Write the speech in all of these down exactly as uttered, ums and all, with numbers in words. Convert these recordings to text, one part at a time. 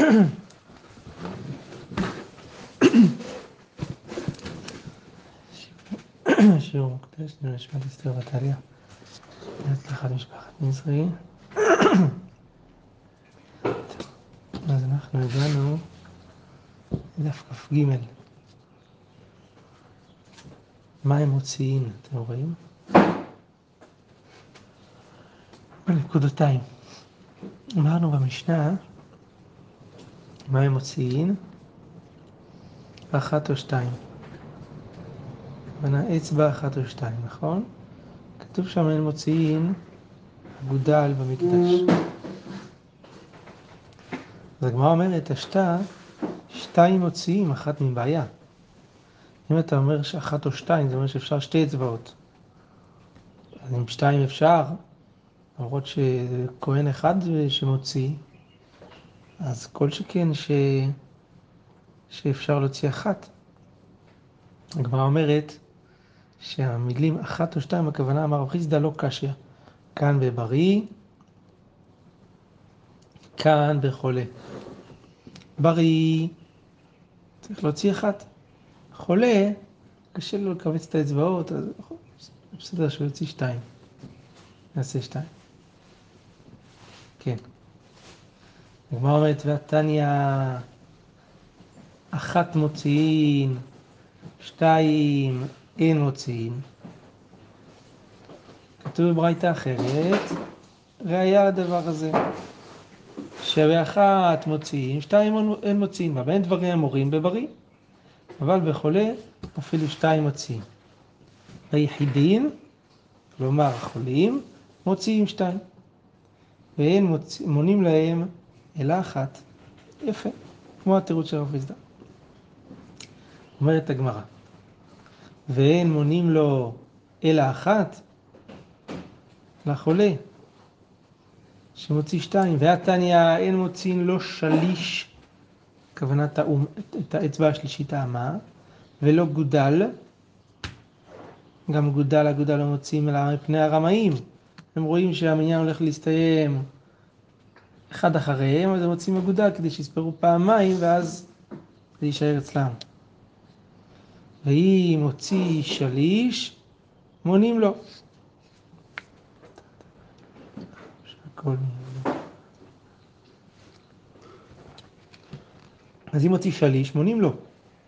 שיעור מוקדש, נשמת אסתר בת עליה, להצלחת משפחת נזרי. אז אנחנו הגענו לדף כ"ג. מה הם מוציאים, אתם רואים? בנקודותיים. אמרנו במשנה, מה הם מוציאים? אחת או שתיים. בנה אצבע אחת או שתיים, נכון? כתוב שם הם מוציאים אגודל במקדש. אז הגמרא אומרת, השתה, שתיים מוציאים, אחת מבעיה. אם אתה אומר שאחת או שתיים, זה אומר שאפשר שתי אצבעות. אז עם שתיים אפשר, למרות שכהן אחד שמוציא, אז כל שכן ש... שאפשר להוציא אחת. הגמרא אומרת שהמילים אחת או שתיים, הכוונה אמר רב חיסדא לא קשיא. כאן בבריא, כאן בחולה. בריא, צריך להוציא אחת. חולה, קשה לו לקבץ את האצבעות, אז בסדר שהוא יוציא שתיים. נעשה שתיים. כן. הגמרא אומרת, והתניא, אחת מוציאים, שתיים אין מוציאים. כתוב בברייתא אחרת, ראיה לדבר הזה. שבאחת מוציאים, שתיים אין מוציאים. ובין דברים אמורים בבריא, אבל בחולה אפילו שתיים מוציאים. היחידים, כלומר החולים, מוציאים שתיים. ואין מוצ... מונים להם אלא אחת. יפה, כמו התירוץ של רב חיסדא. אומרת הגמרא, ואין מונים לו אלא אחת לחולה שמוציא שתיים. והתניא אין מוציאים לו שליש, כוונת האום, את האצבע השלישית האמה, ולא גודל. גם גודל, הגודל לא מוציאים אלא מפני הרמאים. הם רואים שהמניין הולך להסתיים אחד אחריהם, אז הם מוציאים אגודל כדי שיספרו פעמיים, ואז זה יישאר אצלם. ואם מוציא שליש, מונים לו. שהכל... אז אם מוציא שליש, מונים לו.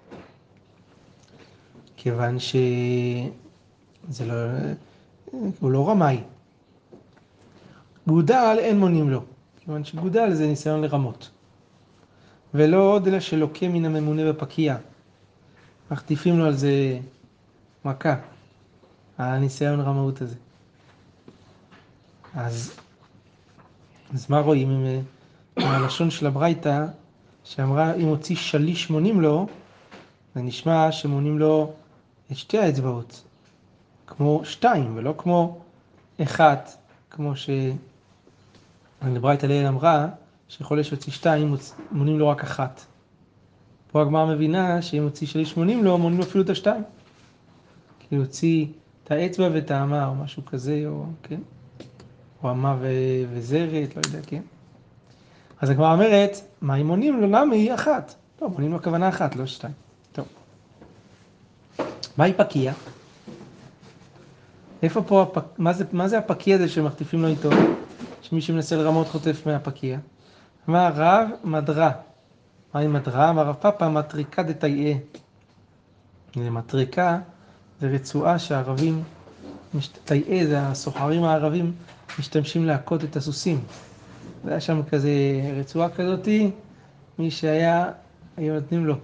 כיוון שזה לא... הוא לא רמאי. גודל אין מונים לו. כיוון שגודל זה ניסיון לרמות. ולא עוד אלא שלוקה מן הממונה בפקיע. מחטיפים לו על זה מכה. הניסיון רמאות הזה. אז, אז מה רואים עם, עם הלשון של הברייתא, שאמרה אם הוציא שליש מונים לו, זה נשמע שמונים לו את שתי האצבעות, כמו שתיים ולא כמו אחת, כמו שהברייתא ליל אמרה, שחולה שהוציא שתיים מונים לו רק אחת. פה הגמרא מבינה שאם הוציא שליש מונים לו, מונים לו אפילו את השתיים. כי הוציא את האצבע ואת האמה או משהו כזה, או כן. או אמה ו- וזרת, לא יודע, כן. אז הגמרא אומרת, מה אם מונים לו? למה היא אחת? טוב, מונים לו הכוונה אחת, לא שתיים. טוב. מהי פקיע? איפה פה, הפק... מה זה, מה זה הפקיע הזה שמחטיפים לו איתו? שמי שמנסה לרמות חוטף מהפקיע. מה רב מדרה? מהי מדרה? אמר רב פאפא, מטריקה דתאיה. זה מטריקה, זה רצועה שהערבים, תאיה זה הסוחרים הערבים, משתמשים להכות את הסוסים. זה היה שם כזה רצועה כזאת, מי שהיה, היו נותנים לו.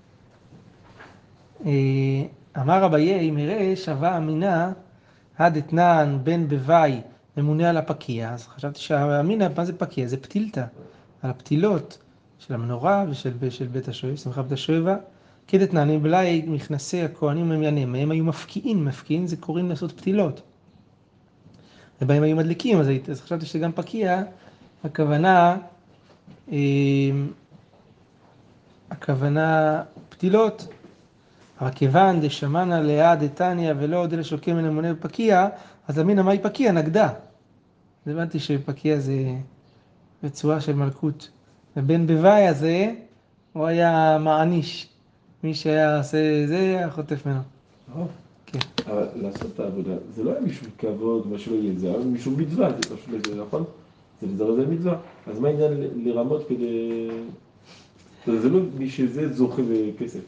אמר אביי, אם יראה שווה אמינה, עד אתנן בן בוואי ממונה על הפקיע, אז חשבתי שהאמינה, מה זה פקיע? זה פתילתא, על הפתילות של המנורה ושל של בית השואב, שמחה בית השואבה, כדתנן, בלעי מכנסי הכהנים ומייניהם, הם היו מפקיעים, מפקיעים זה קוראים לעשות פתילות. ובהם היו מדליקים, אז, אז חשבתי שזה גם פקיע, הכוונה, אה, הכוונה פתילות, אבל כיוון דשמענה לאה דתניא ולא עוד אלה שלוקחים מן המונה בפקיע, אז אמינא מהי פקיע? נגדה. אז הבנתי שפקיע זה רצועה של מלכות ובן בוואי הזה, הוא היה מעניש. מי שהיה עושה זה, היה חוטף ממנו. כן. אבל לעשות את העבודה, זה לא היה משום כבוד, משהו יהיה, זה היה משום מצווה, זה פשוט לזה, נכון? זה לזרז על מצווה. אז מה העניין לרמות כדי... זה לא מי שזה זוכה בכסף.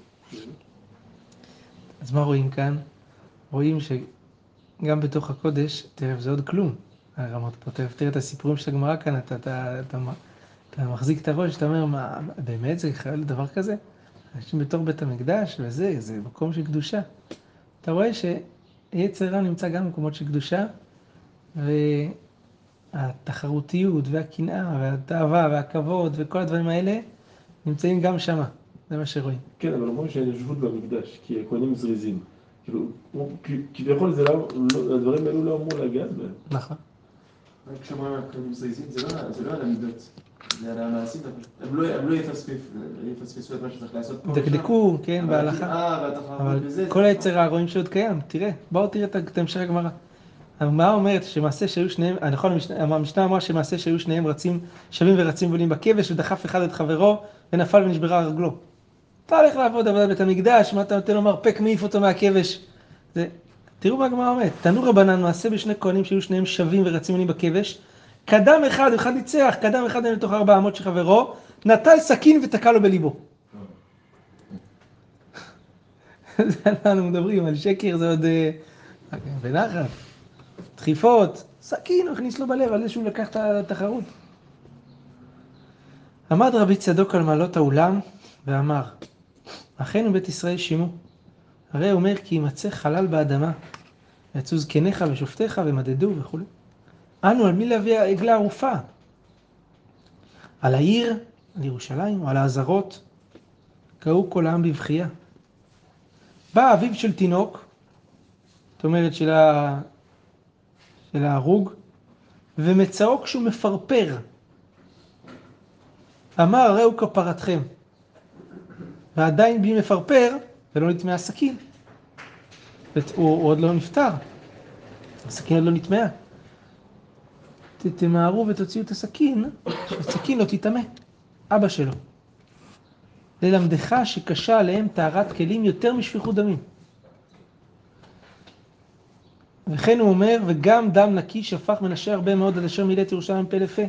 אז מה רואים כאן? רואים שגם בתוך הקודש, תראה, זה עוד כלום, הרמות פה. תראה, תראה את הסיפורים של הגמרא כאן, אתה, אתה, אתה, אתה מחזיק את הראש, אתה אומר, מה, באמת זה חייב לדבר כזה? אנשים בתוך בית המקדש, וזה, זה מקום של קדושה. אתה רואה שיצר רע נמצא גם במקומות של קדושה, והתחרותיות והקנאה והתאווה והכבוד וכל הדברים האלה נמצאים גם שמה. זה מה שרואים. כן, אבל אומרים שאין יושבות במקדש, כי הכהנים זריזים. כאילו, כביכול זה לא, הדברים האלו לא אמור לגעת בהם. נכון. רק כשאומרים הכהנים זריזים, זה לא על המידות, זה על המעשים, הם לא יפספסו את מה שצריך לעשות פה. דקדקו, כן, בהלכה. אה, והתחרות אבל וזה. כל היצר הרואים שעוד קיים, תראה, בואו תראה את המשך הגמרא. הגמרא אומרת שמעשה שהיו שניהם, נכון, המשנה אמרה שמעשה שהיו שניהם רצים, שווים ורצים ועולים בכבש, ודחף אחד את חברו, ונפל ונשברה רגלו. אתה הולך לעבוד עבודת בית המקדש, מה אתה נותן לו מרפק, מעיף אותו מהכבש. זה, תראו מה הגמרא אומרת, תנו רבנן מעשה בשני כהנים שהיו שניהם שווים ורצים ועולים בכבש, קדם אחד, אחד ניצח, קדם אחד מהם לתוך ארבע אמות של חברו, נטל סכין ותקע לו בליבו. זה אנחנו מדברים על שקר, זה עוד בנחת. דחיפות, סכין, הוא הכניס לו בלב על זה שהוא לקח את התחרות. עמד רבי צדוק על מעלות האולם ואמר, אחינו בית ישראל שימו, הרי אומר כי ימצא חלל באדמה, ויצאו זקניך ושופטיך ומדדו וכו'. אנו על מי להביא עגלה ערופה? על העיר, על ירושלים, או על העזרות? קראו כל העם בבכייה. בא אביו של תינוק, זאת אומרת של, ה... של ההרוג, ומצאו כשהוא מפרפר. אמר הרי הוא כפרתכם. ועדיין בי מפרפר, ולא נטמע הסכין. הוא, הוא עוד לא נפטר. הסכין עוד לא נטמע. תמהרו ותוציאו את הסכין, שהסכין לא תטמא. אבא שלו. ללמדך שקשה עליהם טהרת כלים יותר משפיכות דמים. וכן הוא אומר, וגם דם נקי שפך מנשה הרבה מאוד עד אשר מילא את ירושלים פה לפה.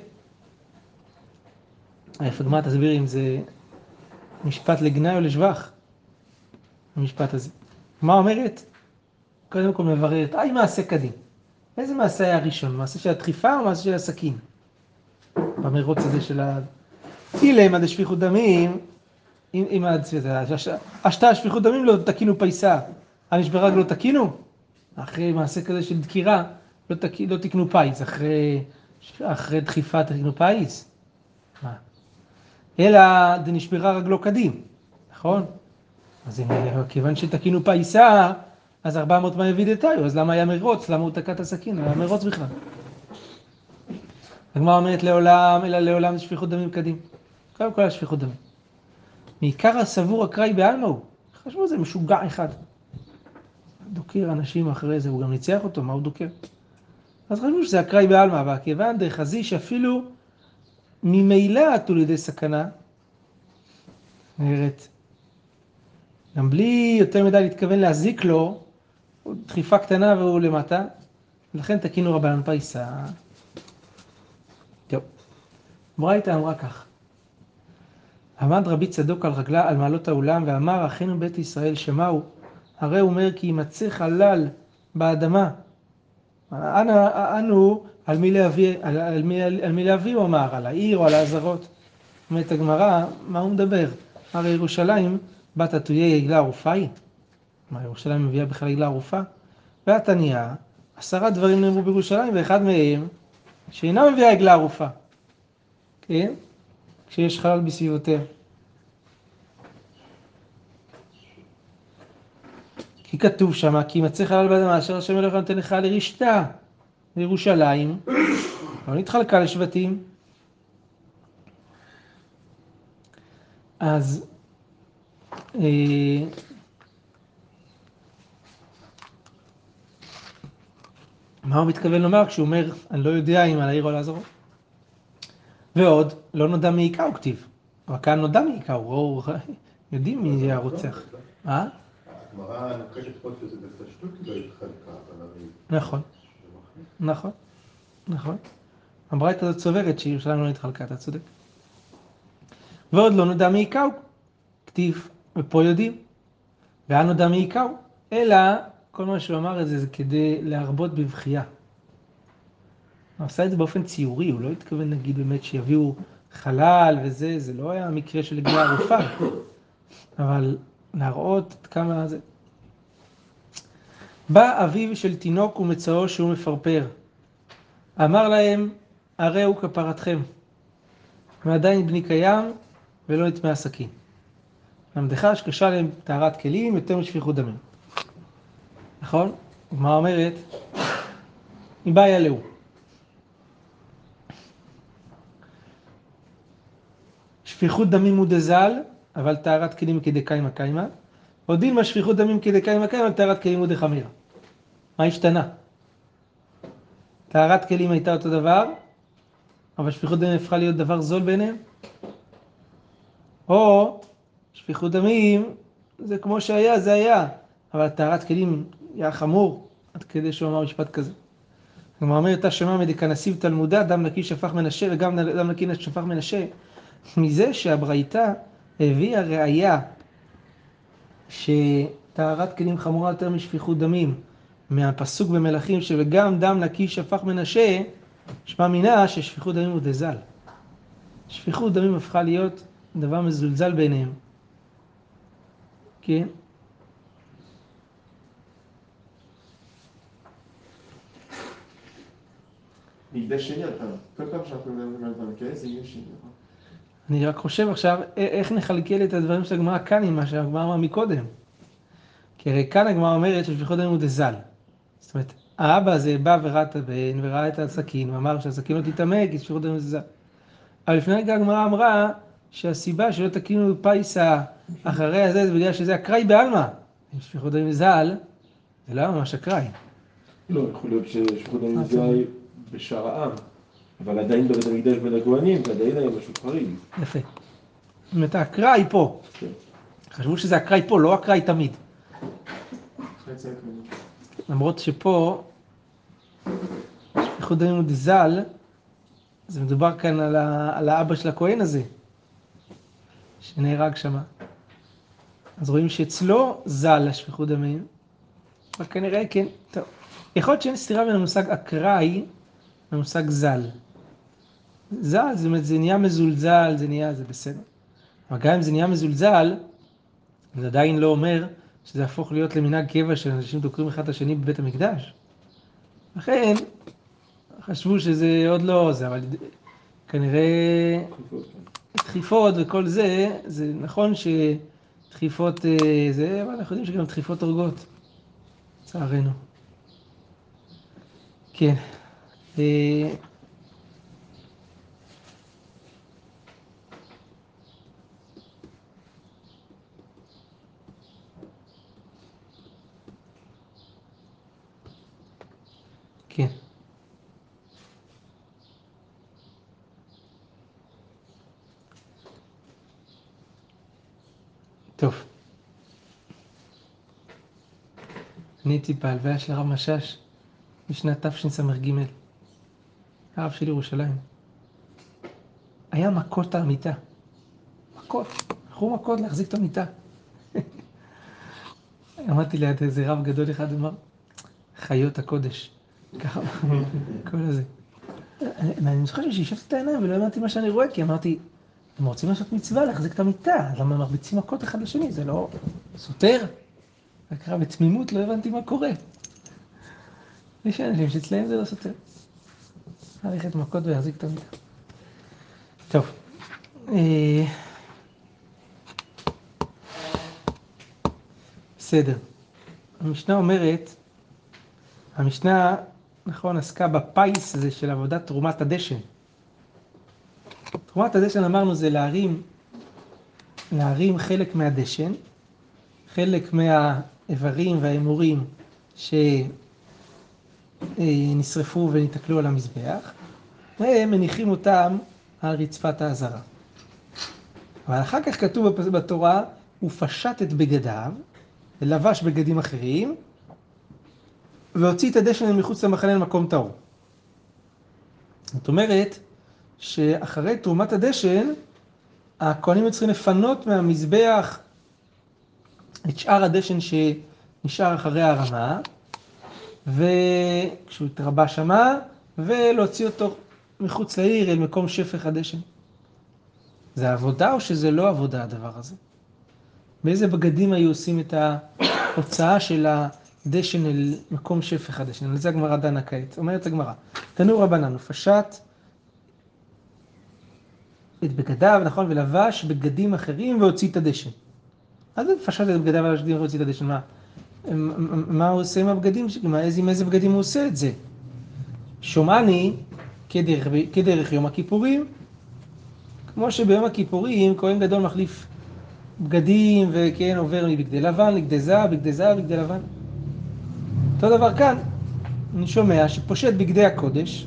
איפה גמרא תסביר אם זה משפט לגנאי או לשבח, המשפט הזה. מה אומרת? קודם כל מבררת, אי מעשה קדים. איזה מעשה היה הראשון? מעשה של הדחיפה או מעשה של הסכין? במרוץ הזה של ה... אילם עד השפיכות דמים, אם השתה השפיכות דמים לא תקינו פייסה, הנשברה לא תקינו? אחרי מעשה כזה של דקירה, לא, תק... לא תקנו פייס, אחרי, אחרי דחיפה תקנו פייס. מה? אלא דנשברה רגלו קדים, נכון? אז אם כיוון שתקינו פייסה, אז ארבע מאות מה הביא דתיו, אז למה היה מרוץ? למה הוא תקע את הסכין? היה מרוץ בכלל. הגמרא אומרת לעולם, אלא לעולם שפיכות דמים קדים. קודם כל השפיכות דמים. מעיקר הסבור אקראי בעלמא הוא. חשבו זה משוגע אחד. דוקר אנשים אחרי זה, הוא גם ניצח אותו, מה הוא דוקר? אז חשבו שזה אקראי בעלמא, והכיוון דחזי שאפילו ממילא עטו לידי סכנה, אומרת, גם בלי יותר מדי להתכוון להזיק לו, דחיפה קטנה והוא למטה, ולכן תקינו רבנן פייסה. טוב, ברייתא אמרה כך, עמד רבי צדוק על רגלה על מעלות האולם ואמר, אחינו בית ישראל שמעו, הרי הוא אומר כי ימצא חלל באדמה. אנו, אנו על מי להביא, על, על מי, על מי להביא הוא אמר, על העיר או על העזרות. אומרת הגמרא, מה הוא מדבר? הרי ירושלים בת עטויי עגלה ערופה היא. מה, ירושלים מביאה בכלל עגלה ערופה? והתניה, עשרה דברים נאמרו בירושלים, ואחד מהם שאינה מביאה עגלה ערופה. כן? כשיש חלל בסביבותיה. כי כתוב שם, כי ימצא חלל באדמה אשר השם אלוהיך נותן לך לרשתה. בירושלים לא נתחלקה לשבטים. אז אה, מה הוא מתכוון לומר כשהוא אומר, אני לא יודע אם על העיר או על העזרות? ועוד, לא נודע מי היכה הוא כתיב. אבל כאן נודע מי היכה הוא, יודעים מי זה הרוצח. אה? הגמרא נוקטת פה שזה בפשטות לא התחלקה, אבל הרי... נכון, נכון, נכון. הברייתא הזאת סוברת שירושלים לא התחלקה, אתה צודק. ועוד לא נודע מי היכהו, כתיב, ופה יודעים. ואין נודע מי היכהו, אלא כל מה שהוא אמר את זה זה כדי להרבות בבכייה. הוא עשה את זה באופן ציורי, הוא לא התכוון נגיד באמת שיביאו חלל וזה, זה לא היה מקרה של הגיעה ערופה, אבל להראות את כמה זה. בא אביו של תינוק ומצאו שהוא מפרפר. אמר להם, הרי הוא כפרתכם. ועדיין בני קיים ולא נטמא הסכין. למדך שקשה להם טהרת כלים יותר משפיכות דמים. נכון? מה אומרת? אם בא ילאו. שפיכות דמים הוא דזל, אבל טהרת כלים כדקיימא קיימא. או דילמה שפיכות דמים כדקיימא קיימא, אבל טהרת כלים הוא דחמירא. מה השתנה? טהרת כלים הייתה אותו דבר, אבל שפיכות דמים הפכה להיות דבר זול ביניהם. או שפיכות דמים זה כמו שהיה, זה היה, אבל טהרת כלים היה חמור, עד כדי שהוא אמר משפט כזה. הוא אומר, אתה שמע מדקנסיב תלמודה, דם נקי שפך מנשה, וגם דם נקי שפך מנשה. מזה שהברייתא הביאה ראיה שטהרת כלים חמורה יותר משפיכות דמים, מהפסוק במלכים שגם דם נקי שפך מנשה, שמע מינה ששפיכות דמים הוא דזל. שפיכות דמים הפכה להיות דבר מזולזל ביניהם. כן? מקדש שני, כל פעם שאנחנו מדברים על דברים כאלה, זה יהיה שני. אני רק חושב עכשיו, איך נחלקל את הדברים של הגמרא כאן עם מה שהגמרא אמרה מקודם. כי הרי כאן הגמרא אומרת ששפיכות דמים הוא דזל. זאת אומרת, האבא הזה בא וראה את הבן וראה את הסכין, ואמר שהסכין לא תתעמק, כי שפיכות דמים הוא דזל. אבל לפני רגע הגמרא אמרה שהסיבה שלא תקינו פייסה אחרי הזה, זה בגלל שזה אקראי בעלמא. שפיכות דמים זל, זה לא ממש אקראי. לא, יכול להיות ששפיכות דמים זה בשאר העם, אבל עדיין בבית המקדש בין הכהנים, זה עדיין היה משהו חריג. יפה. זאת אומרת, האקראי פה. חשבו שזה אקראי פה, לא אקראי תמיד. למרות שפה, שפיכות דמים הוא דזל, זה מדובר כאן על, ה, על האבא של הכהן הזה, שנהרג שמה. אז רואים שאצלו זל השפיכות דמים, אבל כנראה כן. טוב. יכול להיות שאין סתירה בין המושג אקראי למושג זל. זל, זאת אומרת, זה נהיה מזולזל, זה נהיה, זה בסדר. אבל גם אם זה נהיה מזולזל, זה עדיין לא אומר שזה הפוך להיות למנהג קבע של אנשים דוקרים אחד את השני בבית המקדש. לכן, חשבו שזה עוד לא זה, אבל כנראה דחיפות וכל זה, זה נכון שדחיפות זה, אבל אנחנו יודעים שגם דחיפות הורגות, לצערנו. כן. כן. טוב. אני הייתי בהלוויה של הרב משש בשנת תשס"ג, הרב של ירושלים. היה מכות על המיטה. מכות. הלכו מכות להחזיק את המיטה. אמרתי ליד איזה רב גדול אחד, אמר, חיות הקודש. ככה, כל הזה. אני זוכר שישבתי את העיניים ולא אמרתי מה שאני רואה, כי אמרתי, הם רוצים לעשות מצווה להחזיק את המיטה, למה מרביצים מכות אחד לשני, זה לא סותר. רק רב בתמימות, לא הבנתי מה קורה. יש אנשים שאצלהם זה לא סותר. ללכת מכות ולהחזיק את המיטה. טוב. בסדר. המשנה אומרת, המשנה, נכון, עסקה בפייס הזה של עבודת תרומת הדשן. תרומת הדשן אמרנו זה להרים, להרים חלק מהדשן, חלק מהאיברים והאמורים שנשרפו ונתקלו על המזבח, והם מניחים אותם על רצפת העזרה. אבל אחר כך כתוב בתורה, הוא פשט את בגדיו, ולבש בגדים אחרים, והוציא את הדשן מחוץ למחנה למקום טהור. זאת אומרת, שאחרי תרומת הדשן, הכהנים צריכים לפנות מהמזבח את שאר הדשן שנשאר אחרי הרמה, וכשהוא התרבה שמה, ולהוציא אותו מחוץ לעיר אל מקום שפך הדשן. זה עבודה או שזה לא עבודה הדבר הזה? באיזה בגדים היו עושים את ההוצאה של הדשן אל מקום שפך הדשן? על זה הגמרא דנה כעת. אומרת הגמרא, תנו רבנן, הוא פשט את בגדיו, נכון, ולבש בגדים אחרים והוציא את הדשן. אז הוא פשט את בגדיו ולבש בגדים והוציא את הדשן. מה? מה הוא עושה עם הבגדים? עם איזה בגדים הוא עושה את זה? שומעני כדרך, כדרך יום הכיפורים. כמו שביום הכיפורים כהן גדול מחליף בגדים וכן עובר מבגדי לבן, לבגדי זהב, בגדי זהב, בגדי לבן. אותו דבר כאן, אני שומע שפושט בגדי הקודש,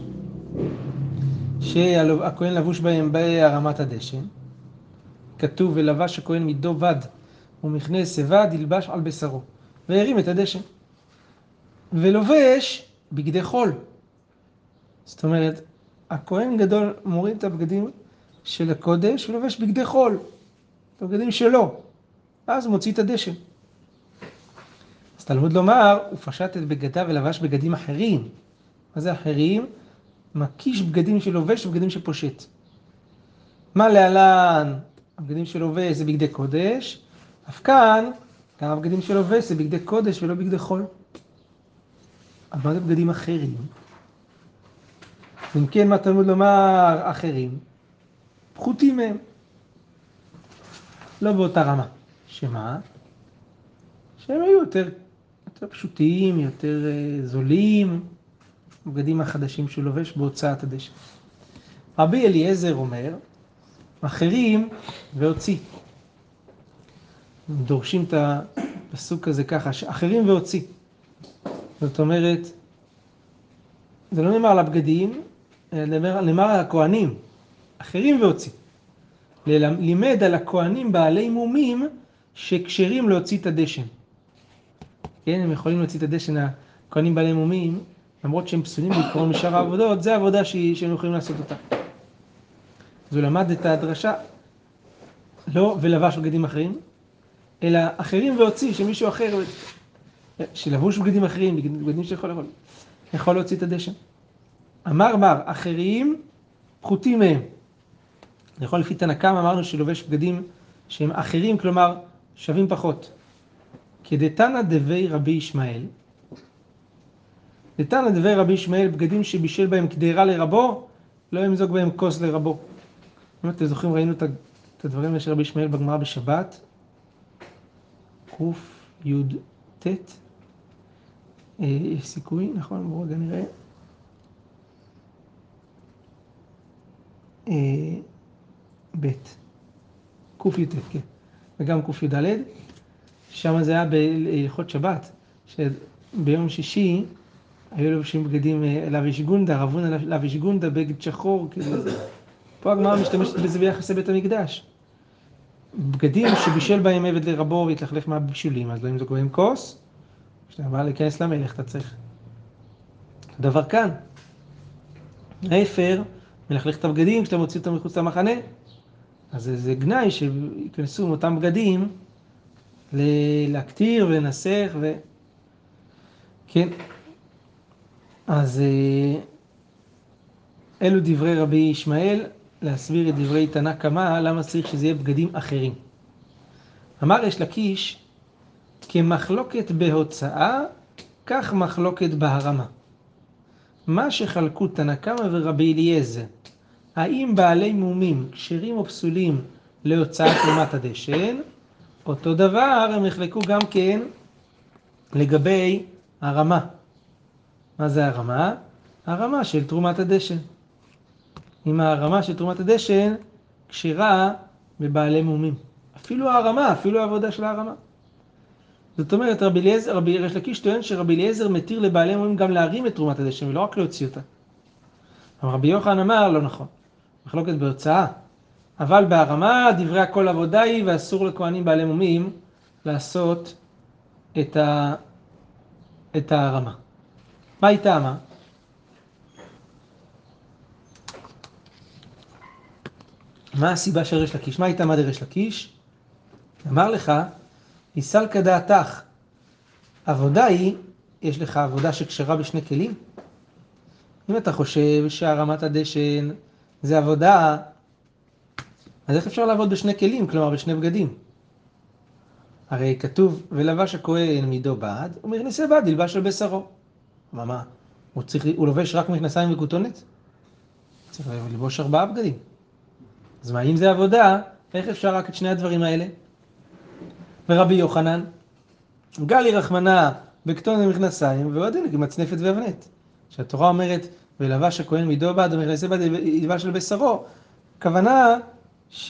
שהכהן לבוש בהם בהרמת הדשן, כתוב ולבש הכהן מידו בד ומכנה שיבה ילבש על בשרו, והרים את הדשן. ולובש בגדי חול. זאת אומרת, הכהן גדול מוריד את הבגדים של הקודש ולובש בגדי חול, את הבגדים שלו, אז הוא מוציא את הדשן. אז תלמוד לומר, הוא פשט את בגדיו ולבש בגדים אחרים. מה זה אחרים? מקיש בגדים שלובש ובגדים שפושט. מה להלן? הבגדים שלובש זה בגדי קודש, אף כאן, גם הבגדים שלובש זה בגדי קודש ולא בגדי חול. אבל מה זה בגדים אחרים? אם כן, מה תלמוד לומר אחרים? פחותים מהם. לא באותה רמה. שמה? שהם היו יותר, יותר פשוטים, יותר uh, זולים, בגדים החדשים שהוא לובש בהוצאת הדשן. רבי אליעזר אומר, אחרים והוציא. דורשים את הפסוק הזה ככה, אחרים והוציא. זאת אומרת, זה לא נאמר על הבגדים, אלא נאמר על הכהנים, אחרים והוציא. לימד על הכהנים בעלי מומים שקשרים להוציא את הדשן. כן, הם יכולים להוציא את הדשן, הכהנים בעלי מומים, למרות שהם פסולים בעקרון משאר העבודות, זה העבודה שהם יכולים לעשות אותה. אז הוא למד את הדרשה, לא ולבש בגדים אחרים, אלא אחרים והוציא, שמישהו אחר, שלבוש בגדים אחרים, בגדים שיכול יכול, יכול להוציא את הדשן. אמר בר, אחרים פחותים מהם. יכול לפי תנא קמא אמרנו שלובש בגדים שהם אחרים, כלומר שווים פחות. כדתנא דבי רבי ישמעאל, דתנא דבי רבי ישמעאל, בגדים שבישל בהם קדירה לרבו, לא ימזוג בהם כוס לרבו. אם אתם זוכרים, ראינו את הדברים של רבי ישמעאל בגמרא בשבת, קוף יוד תת, יש סיכוי, נכון? בואו רגע נראה. בית, קוף יוד תת, כן. וגם קוף יוד דלת. שם זה היה בהלכות שבת, שביום שישי היו לובשים בגדים לביש גונדה, רבון לביש גונדה, בגד שחור, כאילו זה. פה הגמרא משתמשת בזה ביחס לבית המקדש. בגדים שבישל בהם עבד לרבו והתלכלך מהבישולים, אז לא ימזוג בהם כוס, כשאתה בא להיכנס למלך, אתה צריך. דבר כאן, האפר מלכלך את הבגדים כשאתה מוציא אותם מחוץ למחנה, אז זה, זה גנאי שיכנסו עם אותם בגדים להקטיר ולנסח ו... כן. אז אלו דברי רבי ישמעאל, להסביר את דברי תנא קמא, למה צריך שזה יהיה בגדים אחרים. אמר יש לקיש, כמחלוקת בהוצאה, כך מחלוקת בהרמה. מה שחלקו תנא קמא ורבי אליעזר, האם בעלי מומים, כשרים או פסולים להוצאת תרומת הדשן, אותו דבר הם החלקו גם כן לגבי הרמה. מה זה הרמה? הרמה של תרומת הדשן. אם הרמה של תרומת הדשן כשרה בבעלי מומים. אפילו הרמה, אפילו העבודה של הרמה. זאת אומרת, רבי אליעזר, רבי ריש לקיש טוען שרבי אליעזר מתיר לבעלי מומים גם להרים את תרומת הדשן ולא רק להוציא אותה. אבל רבי יוחנן אמר, לא נכון. מחלוקת בהוצאה. אבל בהרמה דברי הכל עבודה היא, ואסור לכהנים בעלי מומים לעשות את, ה... את ההרמה. מה היא טעמה? מה הסיבה של ריש לקיש? מה היא טעמה דריש לקיש? אמר לך, יסל כדעתך, עבודה היא, יש לך עבודה שקשרה בשני כלים? אם אתה חושב שהרמת הדשן זה עבודה, אז איך אפשר לעבוד בשני כלים, כלומר בשני בגדים? הרי כתוב, ולבש הכהן מידו בד, ומכנסי בד ילבש על בשרו. מה, מה? הוא, צריך, הוא לובש רק מכנסיים וכותונת? צריך ללבוש ארבעה בגדים. אז מה, אם זה עבודה, איך אפשר רק את שני הדברים האלה? ורבי יוחנן, גלי רחמנה בכתונת ומכנסיים, ועוד הנה, כמצנפת ואבנת. שהתורה אומרת, ולבש הכהן מידו בד, ומכנסי בד ילבש על בשרו, הכוונה ש...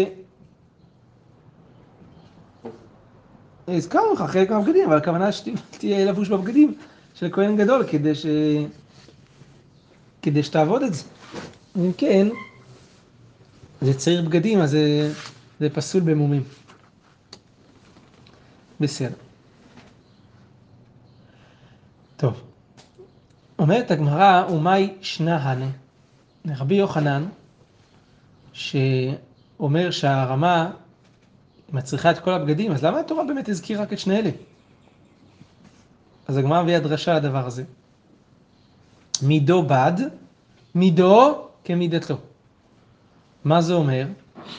הזכרנו לך חלק מהבגדים, אבל הכוונה שתהיה לבוש בבגדים של כהן גדול, כדי ש... כדי שתעבוד את זה. אם כן, זה צריך בגדים, אז זה, זה פסול במומים. בסדר. טוב. אומרת הגמרא, ומאי שנה הנה? רבי יוחנן, שאומר שהרמה מצריכה את כל הבגדים, אז למה התורה באמת הזכיר רק את שני אלה? אז הגמרא מביאה דרשה לדבר הזה. מידו בד, מידו כמידתו. מה זה אומר?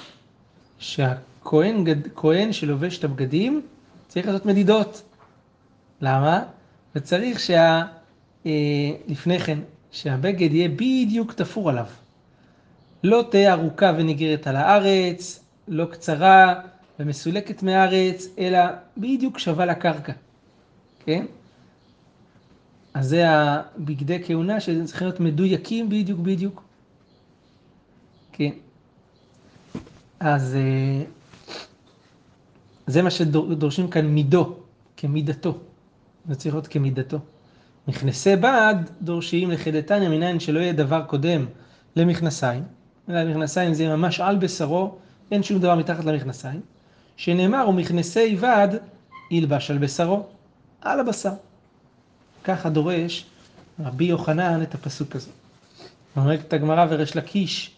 שהכהן גד... כהן שלובש את הבגדים צריך לעשות מדידות. למה? וצריך שה... אה, לפני כן, שהבגד יהיה בדיוק תפור עליו. לא תהיה ארוכה ונגרת על הארץ, לא קצרה ומסולקת מהארץ, אלא בדיוק שווה לקרקע. כן? אז זה הבגדי כהונה שצריכים להיות מדויקים בדיוק בדיוק. כן. אז זה מה שדורשים כאן מידו, כמידתו. זה צריך להיות כמידתו. מכנסי בד דורשים לחדתניא מניין שלא יהיה דבר קודם למכנסיים. למכנסיים זה ממש על בשרו, אין שום דבר מתחת למכנסיים. שנאמר, ומכנסי בד ילבש על בשרו, על הבשר. ככה דורש רבי יוחנן את הפסוק הזה. אומרת את הגמרא וריש לקיש,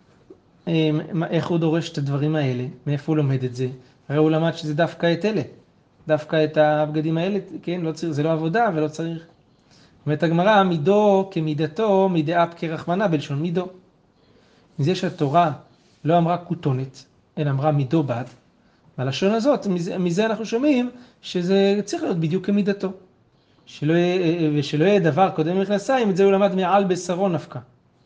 איך הוא דורש את הדברים האלה? מאיפה הוא לומד את זה? הרי הוא למד שזה דווקא את אלה. דווקא את הבגדים האלה, כן? לא צריך, זה לא עבודה ולא צריך. אומרת הגמרא, מידו כמידתו, מידאפ כרחמנה בלשון מידו. מזה שהתורה לא אמרה כותונת, אלא אמרה מידו בד. בלשון הזאת, מזה, מזה אנחנו שומעים שזה צריך להיות בדיוק כמידתו. שלא יהיה, ושלא יהיה דבר קודם מכנסיים, את זה הוא למד מעל בשרו נפקא.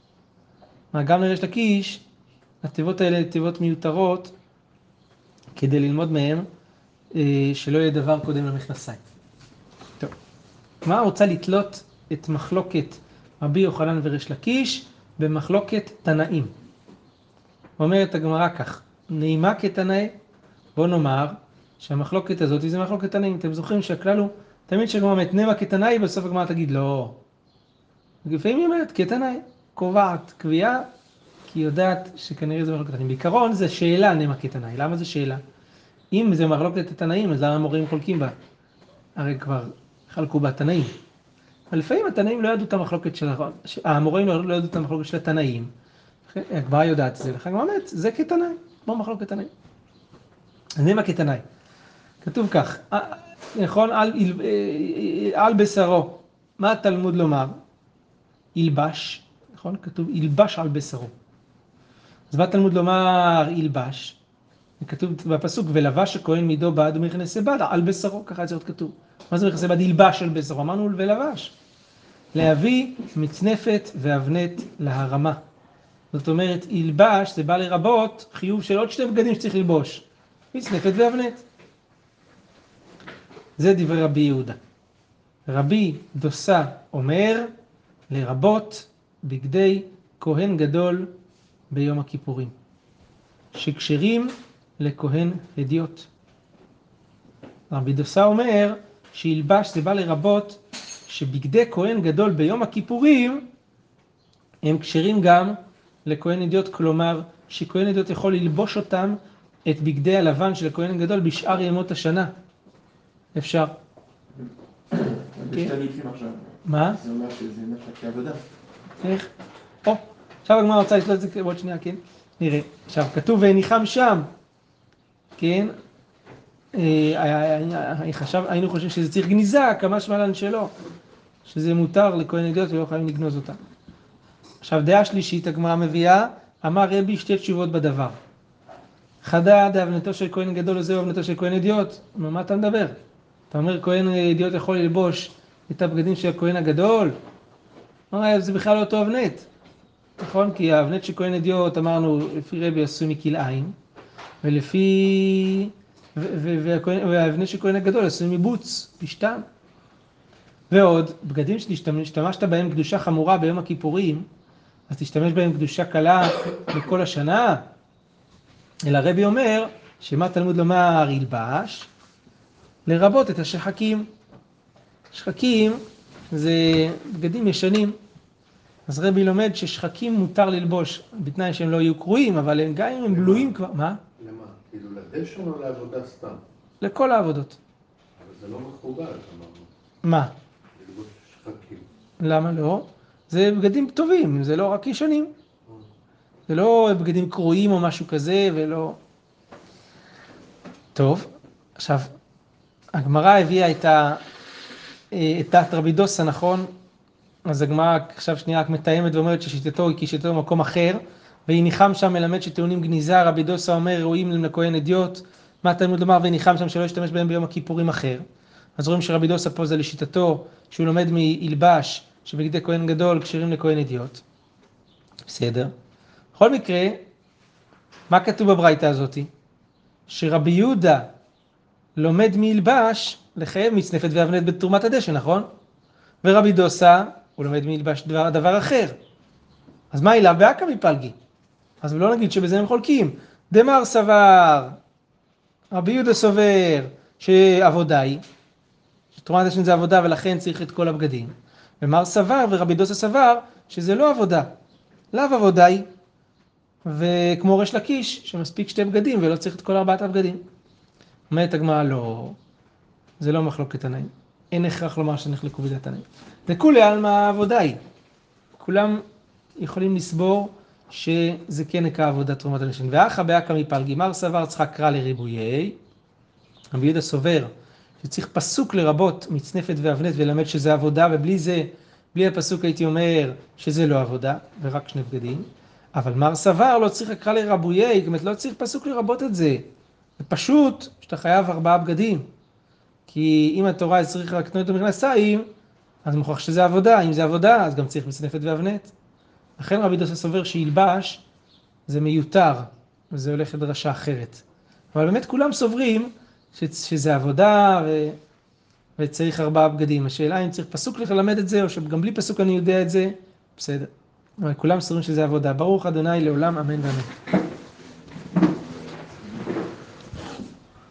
גם לריש לקיש, התיבות האלה תיבות מיותרות, כדי ללמוד מהם, שלא יהיה דבר קודם למכנסיים. טוב. מה רוצה לתלות את מחלוקת רבי יוחנן וריש לקיש במחלוקת תנאים? אומרת הגמרא כך, נעימה כתנאי, בוא נאמר שהמחלוקת הזאת זה מחלוקת תנאים. אתם זוכרים שהכלל הוא, תמיד שהגמרא אומרת נעימה כתנאי, בסוף הגמרא תגיד לא. לפעמים היא אומרת כתנאי, קובעת קביעה, כי היא יודעת שכנראה זה מחלוקת תנאים. בעיקרון זה שאלה נעימה כתנאי. למה זה שאלה? אם זה מחלוקת התנאים, אז למה המורים חולקים בה? הרי כבר חלקו בה תנאים. אבל לפעמים התנאים לא ידעו את המחלוקת של, המורים לא ידעו את המחלוקת של התנאים. הגמרא יודעת את זה, לכן הגמרא אומרת, זה כתנאי, כמו מחלוקת תנאים. אז נעימה כתנאי. כתוב כך, נכון, על, על בשרו, מה התלמוד לומר? ילבש, נכון? כתוב ילבש על בשרו. אז מה התלמוד לומר ילבש? כתוב בפסוק, ולבש הכהן מידו בד ומכנסי בד על בשרו, ככה זה עוד כתוב. מה זה מכנסי בד? ילבש על בשרו, אמרנו ולבש. להביא מצנפת ואבנת להרמה. זאת אומרת, ילבש זה בא לרבות חיוב של עוד שתי בגדים שצריך ללבוש. מצנפת ואבנת. זה דברי רבי יהודה. רבי דוסה אומר לרבות בגדי כהן גדול ביום הכיפורים, שקשרים לכהן הדיוט. רבי דוסה אומר שילבש זה בא לרבות שבגדי כהן גדול ביום הכיפורים הם קשרים גם לכהן אדיוט, כלומר שכהן אדיוט יכול ללבוש אותם, את בגדי הלבן של הכהן הגדול בשאר ימות השנה. אפשר. בשתי הליפים עכשיו. מה? זה אומר שזה נחשב כעבודה. איך? או, עכשיו הגמרא רוצה לשלוט את זה בעוד שנייה, כן? נראה. עכשיו, כתוב והניחם שם, כן? חשב, היינו חושבים שזה צריך גניזה, כמה שמלן שלו, שזה מותר לכהן אדיוט ולא יכולים לגנוז אותה. עכשיו, דעה שלישית, הגמרא מביאה, אמר רבי שתי תשובות בדבר. חדה דאבנתו של כהן גדול וזהו אבנתו של כהן אדיוט. מה אתה מדבר? אתה אומר כהן אדיוט יכול ללבוש את הבגדים של הכהן הגדול? אמר, זה בכלל לא אותו אבנת. נכון? כי האבנת של כהן אדיוט, אמרנו, לפי רבי עשוי מכלאיים, ולפי... והאבנת של כהן הגדול עשוי מבוץ, פשטן. ועוד, בגדים שהשתמשת בהם קדושה חמורה ביום הכיפורים, אז תשתמש בהם קדושה קלה לכל השנה. אלא רבי אומר, שמה תלמוד לומר ילבש, לרבות את השחקים. שחקים זה בגדים ישנים. אז רבי לומד ששחקים מותר ללבוש, בתנאי שהם לא יהיו קרועים, אבל הם, גם אם הם בלויים כבר, מה? למה? כאילו לדשן או לעבודה סתם? לכל העבודות. אבל זה לא מכובד, אמרנו. מה? ללבוש שחקים. למה לא? זה בגדים טובים, זה לא רק ישנים. זה לא בגדים קרועים או משהו כזה, ולא... טוב, עכשיו, הגמרא הביאה את ה... את דעת רבי דוסה, נכון? אז הגמרא עכשיו שנייה רק מתאמת ואומרת ששיטתו היא כשיטתו במקום אחר, והניחם שם מלמד שטעונים גניזה. רבי דוסה אומר ראויים לכהן אדיוט, מה תלמוד לומר והניחם שם שלא ישתמש בהם ביום הכיפורים אחר. אז רואים שרבי דוסה פה זה לשיטתו שהוא לומד מילבש שבגדי כהן גדול כשרים לכהן אדיוט. בסדר. בכל מקרה, מה כתוב בברייתא הזאת? שרבי יהודה לומד מילבש לחייב מצנפת ואבנת בתרומת הדשן, נכון? ורבי דוסה הוא לומד מילבש דבר, דבר אחר. אז מה אליו? באקא מפלגי. אז לא נגיד שבזה הם חולקים. דמר סבר, רבי יהודה סובר שעבודה היא, שתרומת הדשן זה עבודה ולכן צריך את כל הבגדים. ומר סבר ורבי דוסה סבר שזה לא עבודה. לאו עבודה היא. וכמו ריש לקיש שמספיק שתי בגדים ולא צריך את כל ארבעת הבגדים. אומרת הגמרא לא, זה לא מחלוקת תנאים. אין הכרח לומר שנחלקו בדעת תנאים. וכולי עלמא עבודה היא. כולם יכולים לסבור שזה כן נקרא עבודת תרומת הדשן. ואחא באקא מפלגי, מר סבר צחק קרא לריבויי. רבי יהודה סובר שצריך פסוק לרבות מצנפת ואבנת ולמד שזה עבודה, ובלי זה, בלי הפסוק הייתי אומר שזה לא עבודה, ורק שני בגדים. אבל מר סבר לא צריך קרא לריבויי, זאת אומרת לא צריך פסוק לרבות את זה. זה פשוט שאתה חייב ארבעה בגדים. כי אם התורה צריך רק לקנות את המכנסיים, אז מוכרח שזה עבודה. אם זה עבודה, אז גם צריך מצנפת ואבנת. לכן רבי דוסה סובר שילבש זה מיותר, וזה הולך לדרשה אחרת. אבל באמת כולם סוברים ש- שזה עבודה ו- וצריך ארבעה בגדים. השאלה אם צריך פסוק ללמד את זה, או שגם בלי פסוק אני יודע את זה, בסדר. אבל כולם סוברים שזה עבודה. ברוך אדוני לעולם, אמן ואמן.